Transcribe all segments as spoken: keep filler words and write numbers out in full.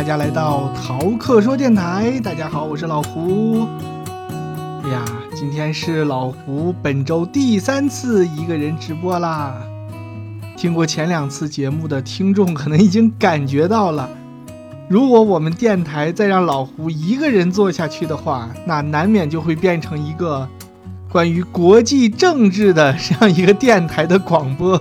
大家来到逃课说电台。大家好，我是老胡。哎呀，今天是老胡本周第三次一个人直播啦。听过前两次节目的听众可能已经感觉到了，如果我们电台再让老胡一个人做下去的话，那难免就会变成一个关于国际政治的这样一个电台的广播。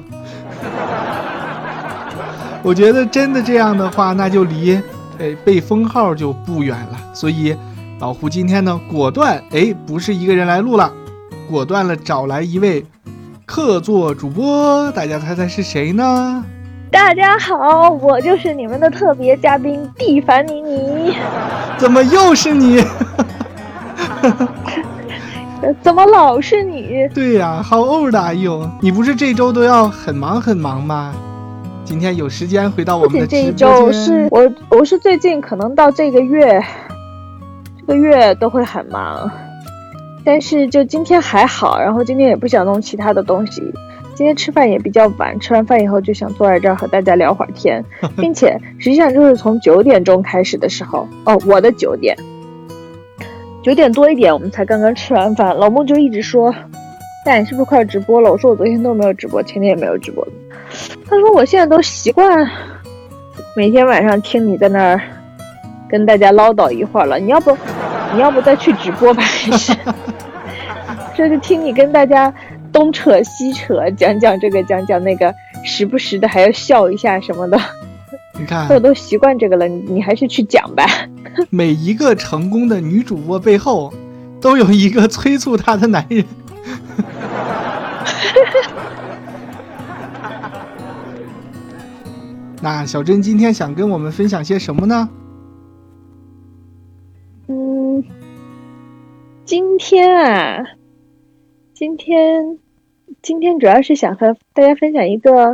我觉得真的这样的话，那就离诶被封号就不远了。所以老胡今天呢，果断诶不是一个人来录了，果断了找来一位客座主播，大家猜猜是谁呢？ 大家好，我就是你们的特别嘉宾蒂凡尼尼。 怎么又是你？ 怎么老是你？ 对呀， How old are you？ 你不是这周都要很忙很忙吗？今天有时间回到我们的直播间。 这一周是我，我是最近可能到这个月，这个月都会很忙，但是就今天还好，然后今天也不想弄其他的东西。今天吃饭也比较晚，吃完饭以后就想坐在这儿和大家聊会儿天，并且实际上就是从九点钟开始的时候，哦，我的九点，九点多一点我们才刚刚吃完饭，老穆就一直说，但你是不是快要直播了？我说我昨天都没有直播，前天也没有直播。他说我现在都习惯每天晚上听你在那儿跟大家唠叨一会儿了，你要不你要不再去直播吧？还是这就听你跟大家东扯西扯，讲讲这个讲讲那个，时不时的还要笑一下什么的。 你看我都习惯这个了，你你还是去讲吧。 每一个成功的女主播背后都有一个催促她的男人。那小珍今天想跟我们分享些什么呢？ 嗯，今天啊，今天今天主要是想和大家分享一个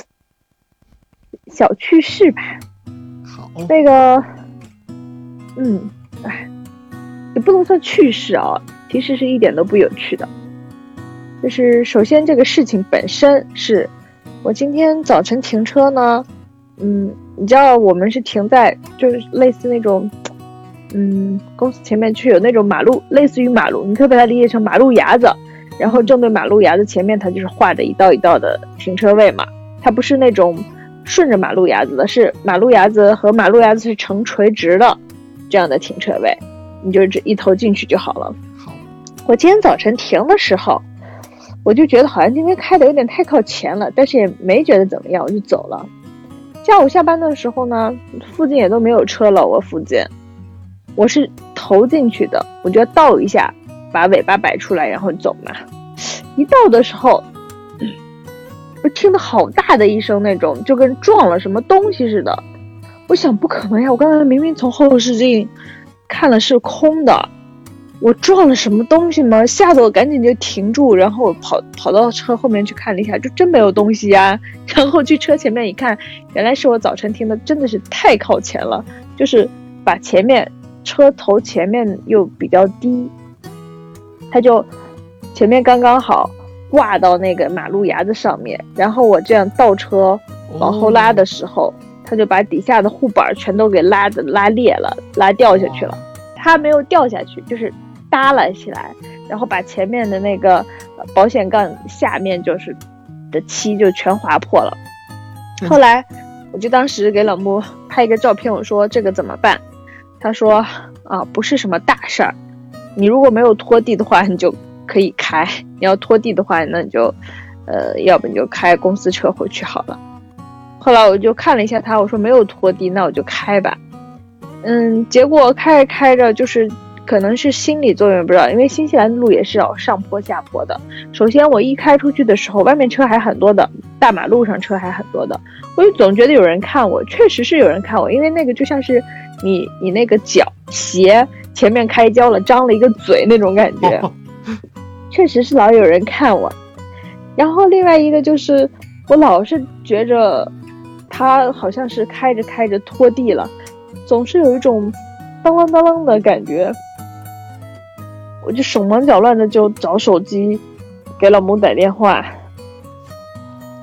小趣事吧。 好， 那个，嗯，哎，也不能算趣事啊，其实是一点都不有趣的。就是首先这个事情本身是，我今天早晨停车呢。嗯，你知道我们是停在就是类似那种，嗯，公司前面就有那种马路，类似于马路，你可以把它理解成马路牙子，然后正对马路牙子前面它就是画着一道一道的停车位嘛，它不是那种顺着马路牙子的，是马路牙子和马路牙子是成垂直的这样的停车位，你就这一头进去就好了。 好， 我今天早晨停的时候，我就觉得好像今天开的有点太靠前了，但是也没觉得怎么样，我就走了。下午下班的时候呢，附近也都没有车了，我附近我是头进去的，我就要倒一下，把尾巴摆出来然后走嘛。一倒的时候我听到好大的一声，那种就跟撞了什么东西似的。我想不可能呀，我刚才明明从后视镜看了是空的，我撞了什么东西吗？吓得我赶紧就停住，然后我跑跑到车后面去看了一下，就真没有东西呀。然后去车前面一看，原来是我早晨停的真的是太靠前了，就是把前面车头前面又比较低，它就前面刚刚好挂到那个马路牙子上面，然后我这样倒车往后拉的时候，它就把底下的护板全都给拉的拉裂了，拉掉下去了。它没有掉下去，就是耷了起来，然后把前面的那个保险杠下面就是的漆就全划破了。后来我就当时给老穆拍一个照片，我说这个怎么办？他说啊，不是什么大事儿，你如果没有拖地的话你就可以开，你要拖地的话那你就呃，要不你就开公司车回去好了。后来我就看了一下他，我说没有拖地那我就开吧。嗯，结果开着开着就是可能是心理作用不知道，因为新西兰的路也是要上坡下坡的。首先我一开出去的时候，外面车还很多的，大马路上车还很多的，我就总觉得有人看我，确实是有人看我，因为那个就像是你你那个脚鞋前面开胶了，张了一个嘴那种感觉，确实是老有人看我。然后另外一个就是我老是觉着他好像是开着开着拖地了，总是有一种当啷当啷的感觉，我就手忙脚乱的就找手机给老母打电话。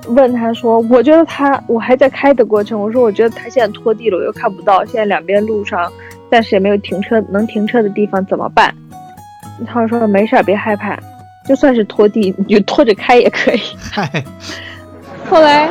问他说，我觉得他，我还在开的过程，我说我觉得他现在拖地了，我又看不到，现在两边路上暂时也没有停车能停车的地方，怎么办？他说没事，别害怕，就算是拖地，你就拖着开也可以。 嗨， 后来。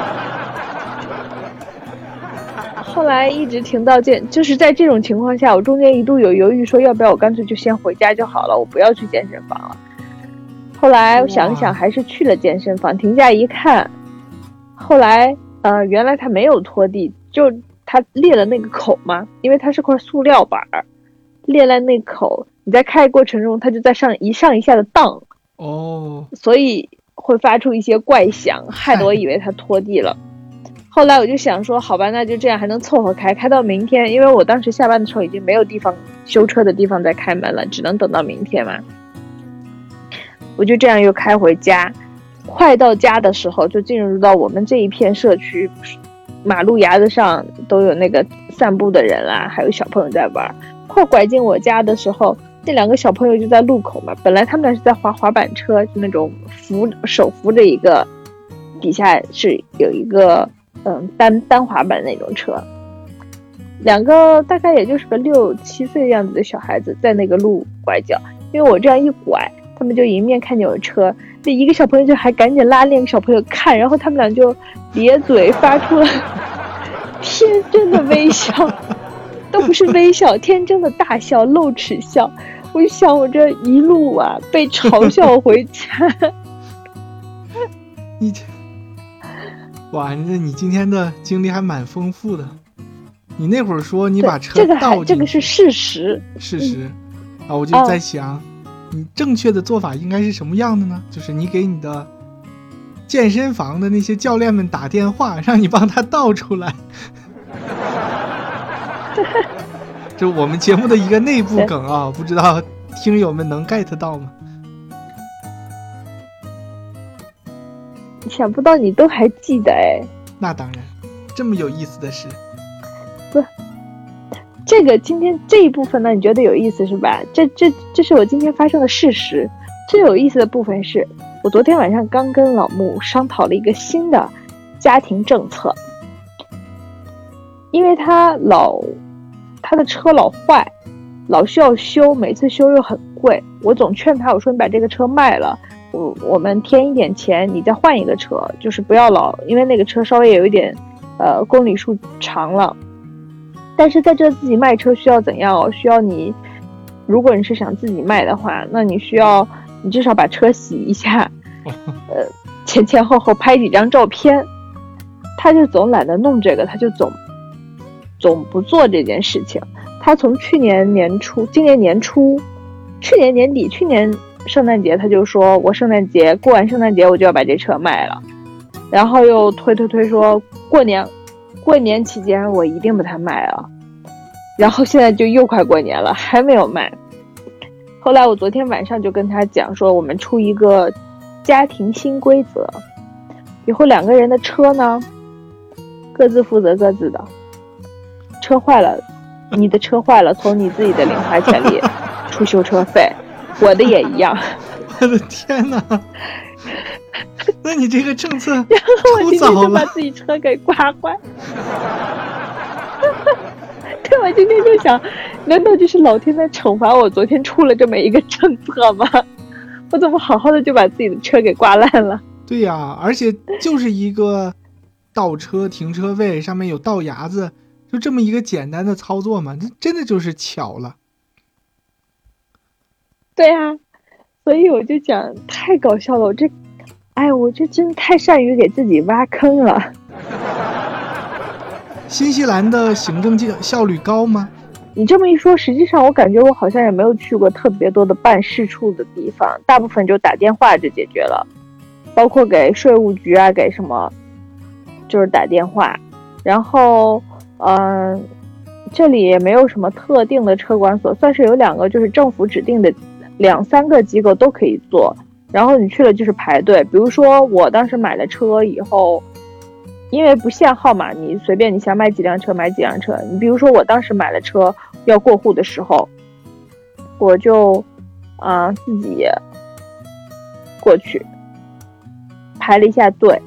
后来一直停到健，就是在这种情况下，我中间一度有犹豫，说要不要我干脆就先回家就好了，我不要去健身房了。后来我想想，还是去了健身房。停下一看，后来呃，原来他没有拖地，就他裂了那个口嘛，因为它是块塑料板儿，裂了那口，你在开过程中，它就在上一上一下的荡， 哦， 所以会发出一些怪响，害得我以为他拖地了。后来我就想说，好吧，那就这样，还能凑合开，开到明天，因为我当时下班的时候已经没有地方修车的地方再开门了，只能等到明天嘛。我就这样又开回家，快到家的时候就进入到我们这一片社区，马路牙子上都有那个散步的人啦，还有小朋友在玩。快拐进我家的时候，那两个小朋友就在路口嘛，本来他们俩是在滑滑板车，就那种扶手扶着一个，底下是有一个嗯，单单滑板那种车，两个大概也就是个六七岁样子的小孩子在那个路拐角，因为我这样一拐，他们就迎面看见有车，那一个小朋友就还赶紧拉另一个小朋友看，然后他们俩就咧嘴发出了天真的微笑，都不是微笑，天真的大笑，露齿笑。我就想，我这一路啊被嘲笑回家。 你这。哇，那你今天的经历还蛮丰富的。你那会儿说你把车倒进去， 这个是事实， 事实、嗯、啊，我就在想、哦，你正确的做法应该是什么样的呢？就是你给你的健身房的那些教练们打电话，让你帮他倒出来。这是我们节目的一个内部梗啊，不知道听友们能 get 到吗？ 想不到你都还记得哎。 那当然，这么有意思的事。 不，这个今天这一部分呢，你觉得有意思是吧？这这这是我今天发生的事实。最有意思的部分是我昨天晚上刚跟老穆商讨了一个新的家庭政策，因为他老他的车老坏，老需要修，每次修又很贵，我总劝他，我说你把这个车卖了，我我们添一点钱，你再换一个车，就是不要老，因为那个车稍微有一点呃公里数长了。但是在这自己卖车需要怎样哦？需要你，如果你是想自己卖的话，那你需要你至少把车洗一下，呃前前后后拍几张照片。他就总懒得弄这个，他就总总不做这件事情。他从去年年初，今年年初，去年年底，去年圣诞节他就说，我圣诞节过完圣诞节我就要把这车卖了，然后又推推推说过年过年期间我一定把它卖了，然后现在就又快过年了还没有卖。后来我昨天晚上就跟他讲说，我们出一个家庭新规则，以后两个人的车呢各自负责各自的，车坏了，你的车坏了从你自己的零花钱里出修车费，我的也一样。 我的天哪，那你这个政策然后我今天就把自己车给刮坏。对，我今天就想，难道就是老天在惩罚我昨天出了这么一个政策吗？我怎么好好的就把自己的车给刮烂了？ 对呀、啊，而且就是一个倒车停车位上面有道牙子，就这么一个简单的操作嘛，这真的就是巧了。 对啊，所以我就讲太搞笑了，我这哎我这真太善于给自己挖坑了。 新西兰的行政效率高吗？ 你这么一说，实际上我感觉我好像也没有去过特别多的办事处的地方，大部分就打电话就解决了，包括给税务局啊，给什么就是打电话。然后嗯、呃，这里也没有什么特定的车管所，算是有两个就是政府指定的两三个机构都可以做，然后你去了就是排队。比如说我当时买了车以后，因为不限号嘛，你随便你想买几辆车买几辆车。你比如说我当时买了车要过户的时候，我就啊、呃、自己过去排了一下队，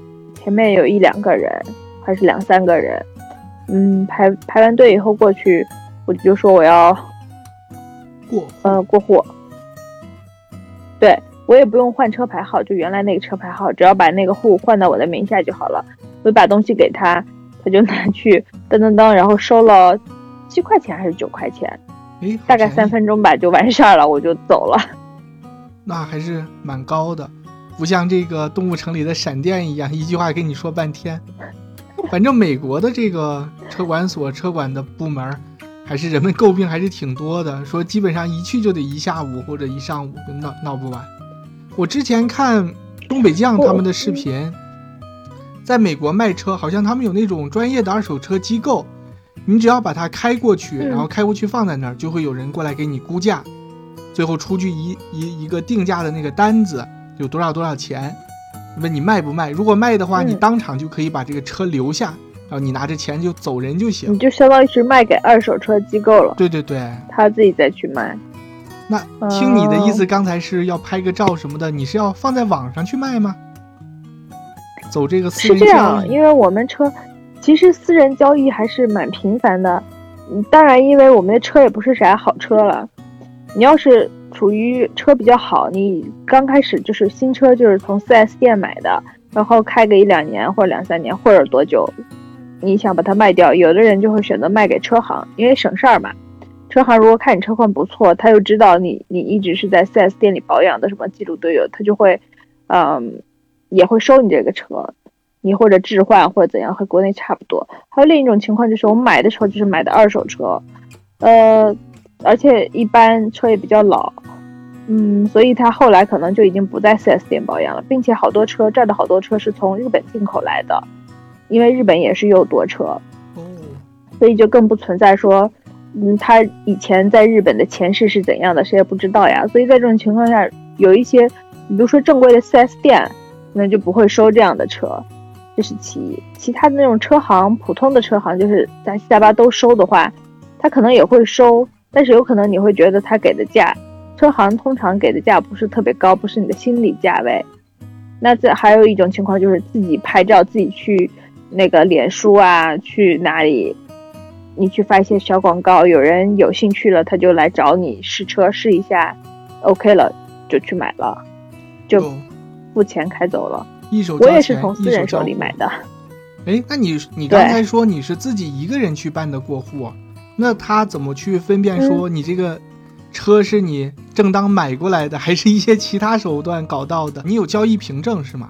前面有一两个人，还是两三个人，嗯，排排完队以后过去，我就说我要过呃过户，对我也不用换车牌号，就原来那个车牌号，只要把那个户换到我的名下就好了。我就把东西给他，他就拿去噔噔噔，然后收了七块钱还是九块钱， 诶， 大概三分钟吧就完事儿了，我就走了。 那还是蛮高的，不像这个动物城里的闪电一样，一句话跟你说半天。反正美国的这个车管所、车管的部门，还是人们诟病还是挺多的，说基本上一去就得一下午或者一上午，就闹闹不完。我之前看东北酱他们的视频，在美国卖车，好像他们有那种专业的二手车机构，你只要把它开过去，然后开过去放在那儿，就会有人过来给你估价，最后出具一一一个定价的那个单子，有多少多少钱，问你卖不卖。如果卖的话，你当场就可以把这个车留下，然后你拿着钱就走人就行。 你就相当于是卖给二手车机构了。 对对对， 他自己再去卖。 那听你的意思，刚才是要拍个照什么的，你是要放在网上去卖吗？走这个私人交易？ 是这样，因为我们车其实私人交易还是蛮频繁的。当然，因为我们的车也不是啥好车了，你要是处于车比较好，你刚开始就是新车就是从 四 S 店买的，然后开个一两年或者两三年或者多久，你想把它卖掉，有的人就会选择卖给车行，因为省事儿嘛。车行如果看你车况不错，他又知道你你一直是在 四 S 店里保养的，什么记录都有，他就会嗯也会收你这个车，你或者置换或者怎样，和国内差不多。还有另一种情况就是我们买的时候就是买的二手车，呃而且一般车也比较老，嗯，所以他后来可能就已经不在 四 S 店保养了，并且好多车这儿的好多车是从日本进口来的，因为日本也是有多车，所以就更不存在说嗯，他以前在日本的前世是怎样的，谁也不知道呀。所以在这种情况下，有一些比如说正规的 四 S 店那就不会收这样的车，这是其一。其他的那种车行，普通的车行就是杂七杂八都收的话，他可能也会收，但是有可能你会觉得他给的价，车行通常给的价不是特别高，不是你的心理价位。那这还有一种情况就是自己拍照，自己去那个脸书啊，去哪里你去发一些小广告，有人有兴趣了他就来找你试车试一下 OK 了就去买了，就付钱开走了。 一手我也是从私人手里买的。 哎，那你你刚才说你是自己一个人去办的过户，那他怎么去分辨说你这个车是你正当买过来的，嗯、还是一些其他手段搞到的？你有交易凭证是吗？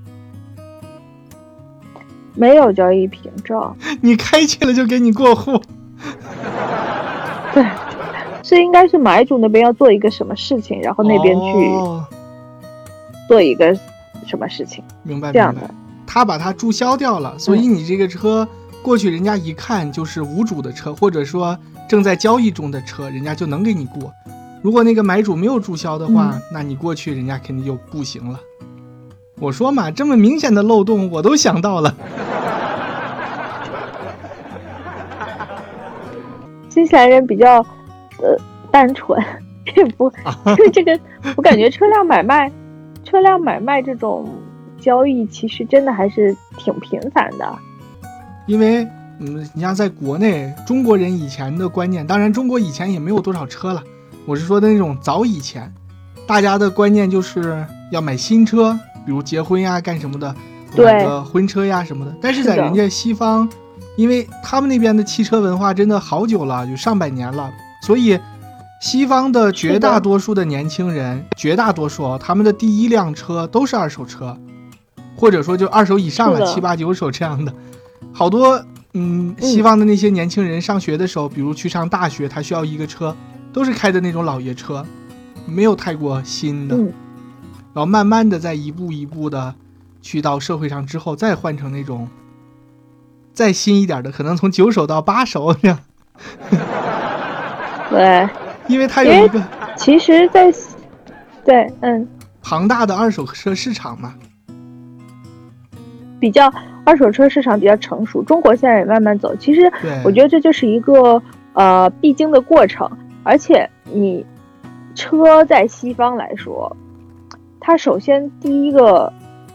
没有交易凭证。 你开去了就给你过户？ 对，是应该是买主那边要做一个什么事情，然后那边去做一个什么事情。 哦、明白， 这样的。 他把它注销掉了，所以你这个车过去，人家一看就是无主的车，或者说正在交易中的车，人家就能给你过。如果那个买主没有注销的话，嗯、那你过去人家肯定就不行了。我说嘛，这么明显的漏洞我都想到了。 新西兰人比较呃单纯，也不这个我感觉车辆买卖车辆买卖这种交易其实真的还是挺频繁的。 因为嗯，你像在国内中国人以前的观念，当然中国以前也没有多少车了，我是说的那种早以前大家的观念就是要买新车，比如结婚呀干什么的，买个婚车呀什么的。但是在人家西方，因为他们那边的汽车文化真的好久了，有上百年了，所以西方的绝大多数的年轻人，绝大多数他们的第一辆车都是二手车，或者说就二手以上了，七八九手这样的。好多嗯，西方的那些年轻人上学的时候，嗯、比如去上大学，他需要一个车，都是开的那种老爷车，没有太过新的。嗯、然后慢慢的再一步一步的去到社会上之后，再换成那种再新一点的，可能从九手到八手这样。 对， 因为它有一个， 其实在，对，嗯， 庞大的二手车市场嘛， 比较二手车市场比较成熟，中国现在也慢慢走。其实我觉得这就是一个呃必经的过程，而且你车在西方来说，它首先第一个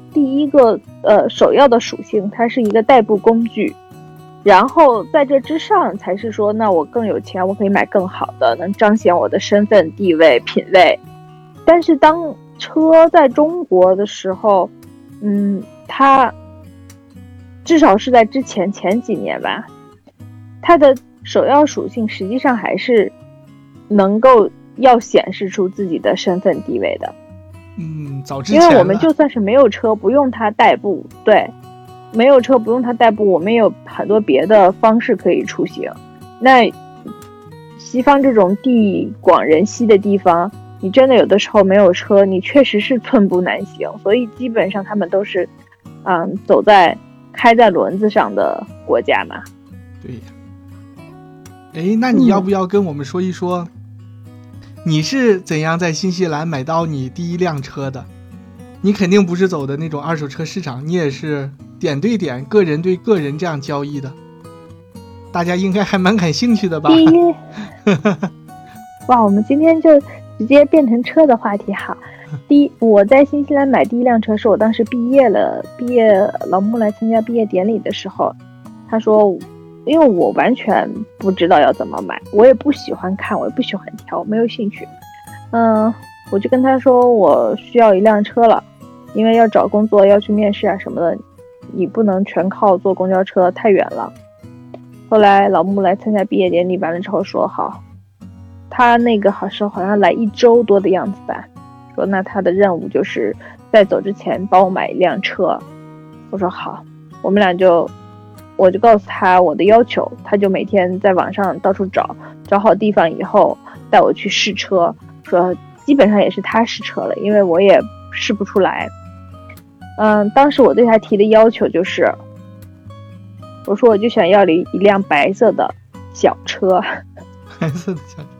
第一个呃首要的属性，它是一个代步工具，然后在这之上才是说，那我更有钱，我可以买更好的，能彰显我的身份地位品味。但是当车在中国的时候，嗯，它至少是在之前前几年吧，它的首要属性实际上还是能够要显示出自己的身份地位的。 嗯，早之前了， 因为我们就算是没有车，不用它代步，对，没有车不用它代步，我们也有很多别的方式可以出行。那西方这种地广人稀的地方，你真的有的时候没有车，你确实是寸步难行。所以基本上他们都是，嗯，走在开在轮子上的国家嘛。 对呀。哎，那你要不要跟我们说一说？嗯，你是怎样在新西兰买到你第一辆车的？你肯定不是走的那种二手车市场，你也是点对点个人对个人这样交易的，大家应该还蛮感兴趣的吧？ 第一哇，我们今天就直接变成车的话题好。第一，我在新西兰买第一辆车是我当时毕业了，毕业老穆来参加毕业典礼的时候，他说因为我完全不知道要怎么买，我也不喜欢看，我也不喜欢挑，没有兴趣。嗯，我就跟他说我需要一辆车了，因为要找工作要去面试啊什么的，你不能全靠坐公交车，太远了。后来老穆来参加毕业典礼完了之后说好，他那个好像好像来一周多的样子吧，说那他的任务就是在走之前帮我买一辆车。我说好，我们俩就我就告诉他我的要求，他就每天在网上到处找，找好地方以后带我去试车，说基本上也是他试车了，因为我也试不出来。嗯，当时我对他提的要求就是，我说我就想要一一辆白色的小车。 白色的小车。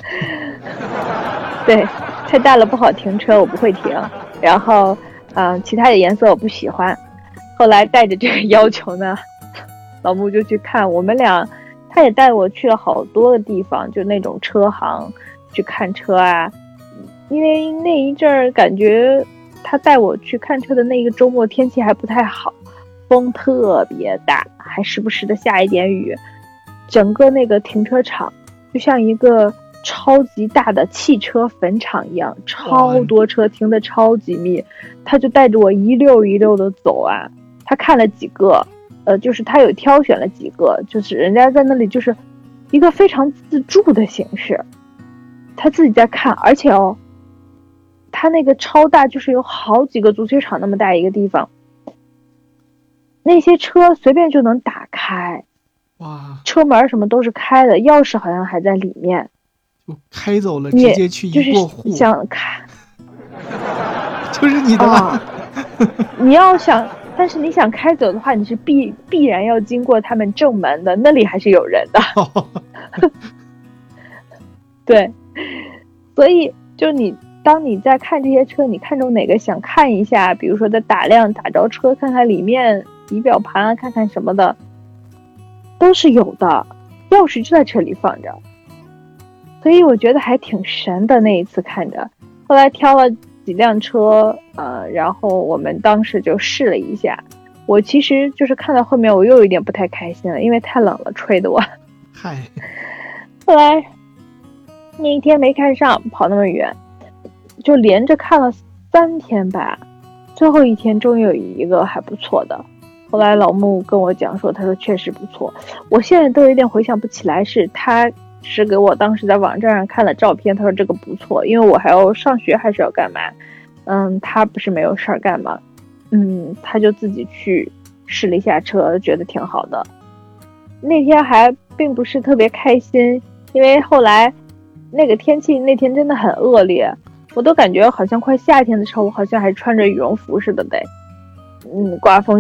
对，太大了不好停车，我不会停。然后，嗯，其他的颜色我不喜欢。后来带着这个要求呢，老穆就去看，我们俩，他也带我去了好多个地方，就那种车行去看车啊。因为那一阵儿感觉他带我去看车的那个周末天气还不太好，风特别大，还时不时的下一点雨，整个那个停车场就像一个超级大的汽车坟场一样，超多车停得超级密。他就带着我一溜一溜的走啊，他看了几个，呃，就是他有挑选了几个，就是人家在那里就是一个非常自助的形式，他自己在看，而且哦，他那个超大，就是有好几个足球场那么大一个地方，那些车随便就能打开， 哇， 车门什么都是开的，钥匙好像还在里面， 就开走了，直接去一过户， 就是想看， 就是你的了。 啊，你要想，但是你想开走的话，你是必必然要经过他们正门的，那里还是有人的。对，所以就你当你在看这些车，你看中哪个想看一下，比如说在打量打着车，看看里面仪表盘啊，看看什么的，都是有的，钥匙就在车里放着。所以我觉得还挺神的，那一次看着。后来挑了几辆车，呃，然后我们当时就试了一下。我其实就是看到后面，我又有一点不太开心了，因为太冷了，吹的我。 嗨。 后来那一天没看上，跑那么远，就连着看了三天吧。最后一天终于有一个还不错的。后来老穆跟我讲说，他说确实不错。我现在都有点回想不起来是他是给我当时在网站上看了照片，他说这个不错，因为我还要上学还是要干嘛，嗯，他不是没有事儿干嘛，嗯，他就自己去试了一下车，觉得挺好的。那天还并不是特别开心，因为后来那个天气那天真的很恶劣，我都感觉好像快夏天的时候，我好像还穿着羽绒服似的得，嗯，刮风。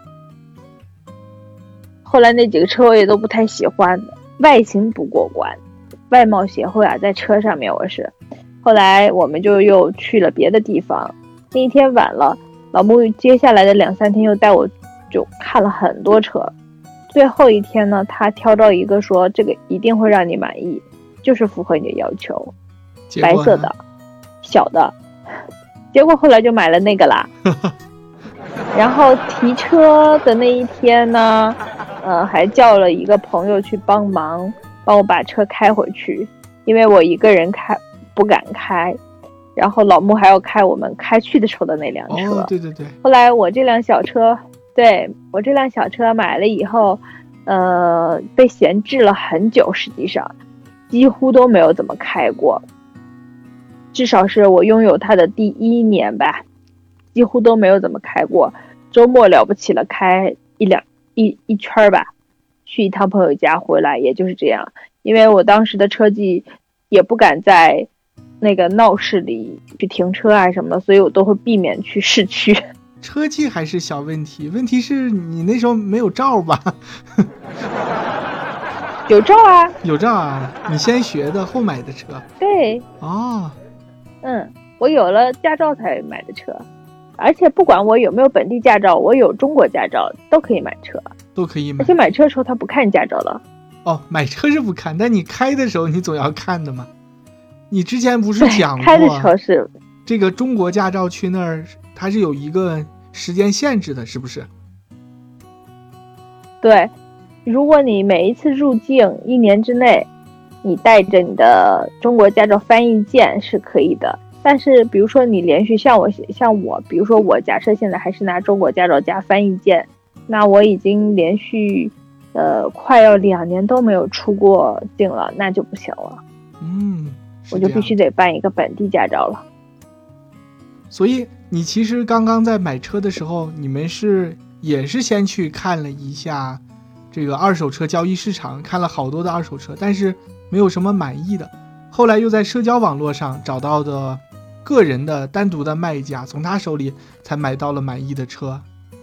后来那几个车我也都不太喜欢，外形不过关，外貌协会啊，在车上面我是。后来我们就又去了别的地方，那一天晚了，老穆接下来的两三天又带我就看了很多车，最后一天呢，他挑到一个说这个一定会让你满意，就是符合你的要求，白色的小的，结果后来就买了那个啦。 然后提车的那一天呢，呃，还叫了一个朋友去帮忙，帮我把车开回去，因为我一个人开不敢开，然后老穆还要开我们开去的时候的那辆车。 哦，对对对。 后来我这辆小车，对，我这辆小车买了以后，呃，被闲置了很久，实际上几乎都没有怎么开过，至少是我拥有它的第一年吧，几乎都没有怎么开过。周末了不起了，开一两一一圈吧，去一趟朋友家回来，也就是这样。因为我当时的车技也不敢在那个闹市里去停车啊什么的，所以我都会避免去市区。 车技还是小问题，问题是你那时候没有照吧？ 有照啊， 有照啊，你先学的后买的车？ 对。 哦， 嗯，我有了驾照才买的车，而且不管我有没有本地驾照，我有中国驾照都可以买车， 都可以买。 而且买车的时候他不看驾照了。 哦，买车是不看，但你开的时候你总要看的嘛。你之前不是讲过， 开的时候是这个中国驾照去那儿，它是有一个时间限制的，是不是？ 对，如果你每一次入境一年之内，你带着你的中国驾照翻译件是可以的。但是比如说你连续像我像我，比如说我假设现在还是拿中国驾照加翻译件，那我已经连续呃快要两年都没有出过境了，那就不行了。 嗯， 我就必须得办一个本地驾照了。 所以你其实刚刚在买车的时候，你们是也是先去看了一下这个二手车交易市场，看了好多的二手车，但是没有什么满意的，后来又在社交网络上找到的个人的单独的卖家，从他手里才买到了满意的车。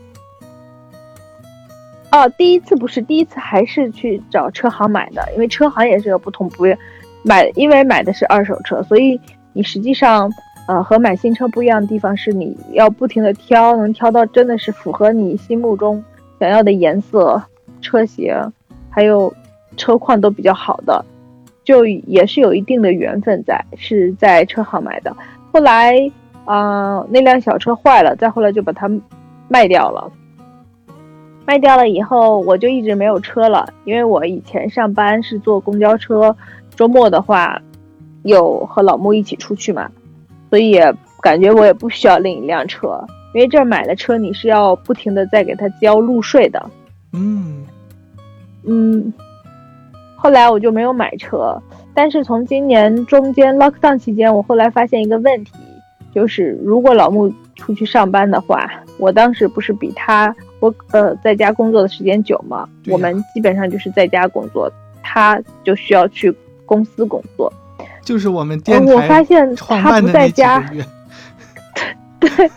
哦，第一次不是，第一次还是去找车行买的，因为车行也是有不同不买，因为买的是二手车，所以你实际上呃和买新车不一样的地方是你要不停的挑，能挑到真的是符合你心目中想要的颜色、车型还有车况都比较好的，就也是有一定的缘分在，是在车行买的。后来啊、呃、那辆小车坏了，再后来就把它卖掉了。卖掉了以后我就一直没有车了，因为我以前上班是坐公交车，周末的话有和老穆一起出去嘛，所以也感觉我也不需要另一辆车，因为这儿买了车你是要不停的再给他交路税的。 嗯嗯，后来我就没有买车，但是从今年中间 lockdown 期间，我后来发现一个问题，就是如果老穆出去上班的话，我当时不是比他我呃在家工作的时间久嘛，我们基本上就是在家工作，他就需要去公司工作。 就是我们电台我发现他不在家，对，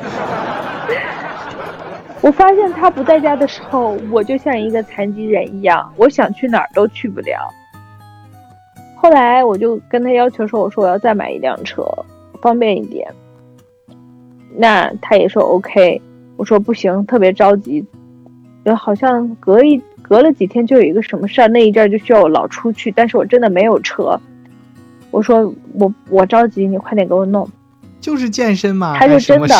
我发现他不在家的时候，我就像一个残疾人一样，我想去哪儿都去不了。后来我就跟他要求说，我说我要再买一辆车，方便一点。那他也说 OK， 我说不行，特别着急，就好像隔一隔了几天就有一个什么事儿，那一阵就需要我老出去，但是我真的没有车。我说我我着急，你快点给我弄。 就是健身嘛， 他就真的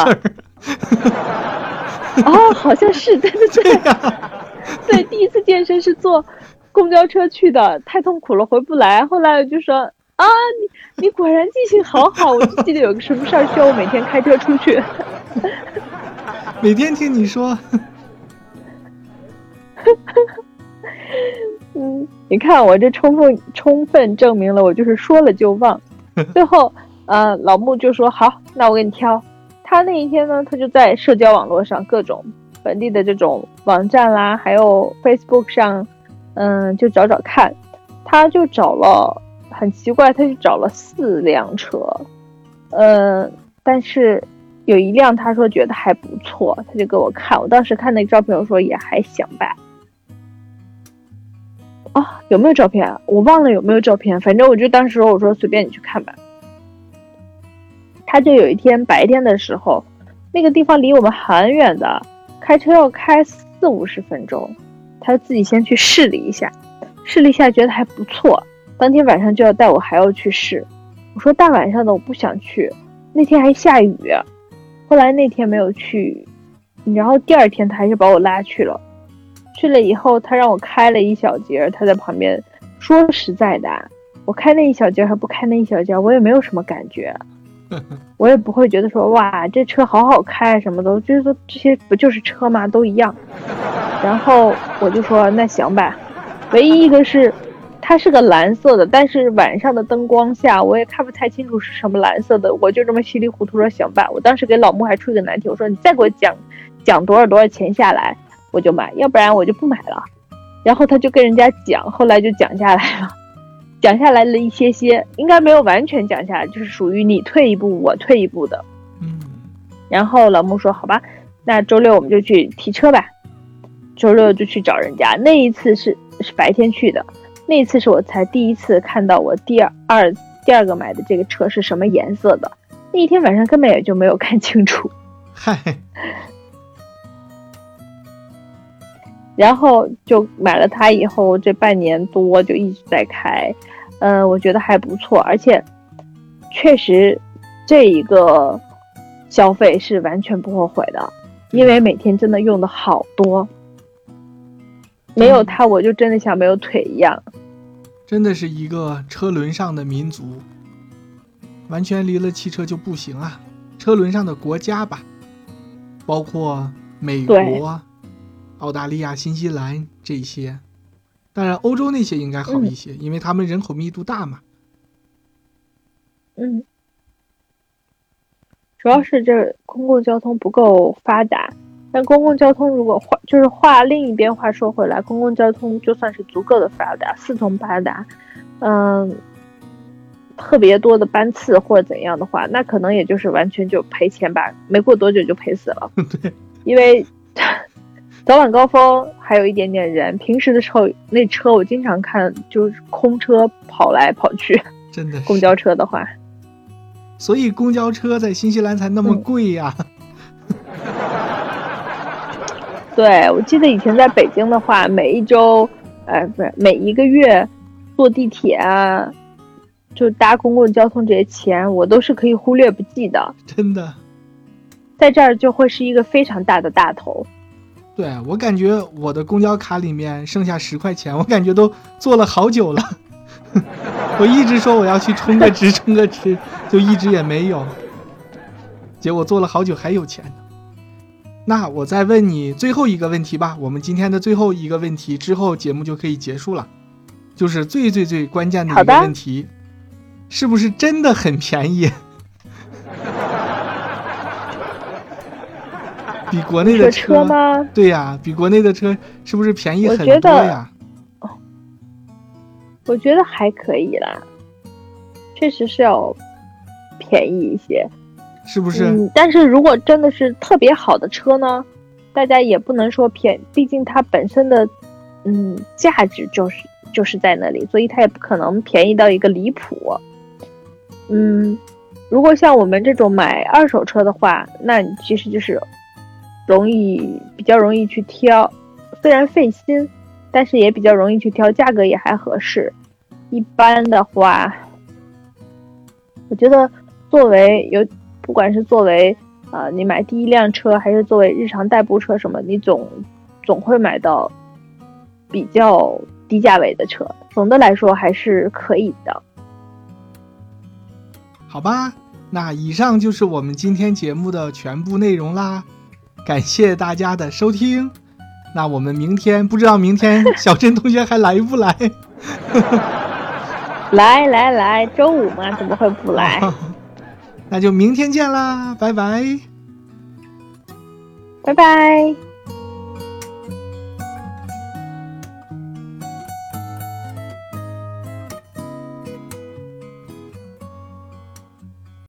哦，好像是，对对对， 对啊， 对，第一次健身是坐公交车去的，太痛苦了，回不来。后来我就说啊，你你果然记性好好，我就记得有个什么事儿需要我每天开车出去。 每天听你说。 嗯，你看我这充分充分证明了我就是说了就忘。最后呃老穆就说好，那我给你挑。他那一天呢，他就在社交网络上各种本地的这种网站啦，还有 Facebook 上嗯就找找看。他就找了，很奇怪，他就找了四辆车，呃但是有一辆他说觉得还不错，他就给我看。我当时看那个照片，我说也还行吧。哦，有没有照片啊？我忘了有没有照片，反正我就当时我说随便你去看吧。他就有一天白天的时候，那个地方离我们很远的，开车要开四五十分钟，他自己先去试了一下，试了一下觉得还不错，当天晚上就要带我还要去试。我说大晚上的我不想去，那天还下雨，后来那天没有去， 然后第二天他还是把我拉去了，去了以后他让我开了一小节，他在旁边说实在的，我开那一小节还不开那一小节，我也没有什么感觉，我也不会觉得说哇这车好好开什么的，就是说这些不就是车吗，都一样。然后我就说那行吧，唯一一个是它是个蓝色的，但是晚上的灯光下我也看不太清楚是什么蓝色的，我就这么稀里糊涂说行吧。我当时给老穆还出一个难题，我说你再给我讲讲多少多少钱下来我就买，要不然我就不买了。然后他就跟人家讲，后来就讲下来了，讲下来了一些些，应该没有完全讲下来，就是属于你退一步我退一步的。 嗯， 然后老穆说好吧，那周六我们就去提车吧。周六就去找人家，那一次是是白天去的，那一次是我才第一次看到我第二二第二个买的这个车是什么颜色的，那一天晚上根本也就没有看清楚。 嗨， 然后就买了它以后，这半年多就一直在开，呃，我觉得还不错，而且确实这一个消费是完全不后悔的，因为每天真的用的好多。没有它我就真的像没有腿一样， 真的是一个车轮上的民族，完全离了汽车就不行啊。车轮上的国家吧，包括美国、澳大利亚、新西兰这些，当然欧洲那些应该好一些、嗯、因为他们人口密度大嘛。 嗯，主要是这公共交通不够发达，但公共交通如果话就是话另一边话说回来，公共交通就算是足够的发达，四通八达，嗯，特别多的班次或者怎样的话，那可能也就是完全就赔钱吧，没过多久就赔死了。 对， 因为早晚高峰还有一点点人，平时的时候那车我经常看就是空车跑来跑去， 真的是公交车的话， 所以公交车在新西兰才那么贵呀、啊。 嗯对，我记得以前在北京的话，每一周，呃，不是每一个月，坐地铁啊，就搭公共交通这些钱，我都是可以忽略不计的。 真的， 在这儿就会是一个非常大的大头。 对，我感觉我的公交卡里面剩下十块钱，我感觉都坐了好久了。我一直说我要去充个值，充个值，就一直也没有。结果坐了好久还有钱呢。那我再问你最后一个问题吧，我们今天的最后一个问题之后节目就可以结束了，就是最最最关键的一个问题，是不是真的很便宜？比国内的车， 车吗？ 对呀，比国内的车是不是便宜很多呀？ 我觉得，我觉得还可以啦，确实是要便宜一些。 是不是、 嗯？但是如果真的是特别好的车呢，大家也不能说便，毕竟它本身的嗯价值就是就是在那里，所以它也不可能便宜到一个离谱。嗯，如果像我们这种买二手车的话，那你其实就是容易比较容易去挑，虽然费心，但是也比较容易去挑，价格也还合适。一般的话，我觉得作为有。不管是作为呃你买第一辆车，还是作为日常代步车什么，你总总会买到比较低价位的车，总的来说还是可以的。 好吧，那以上就是我们今天节目的全部内容啦，感谢大家的收听。那我们明天不知道明天小珍同学还来不来？ 来来来，周五嘛，怎么会不来？ 那就明天见啦，拜拜， 拜拜。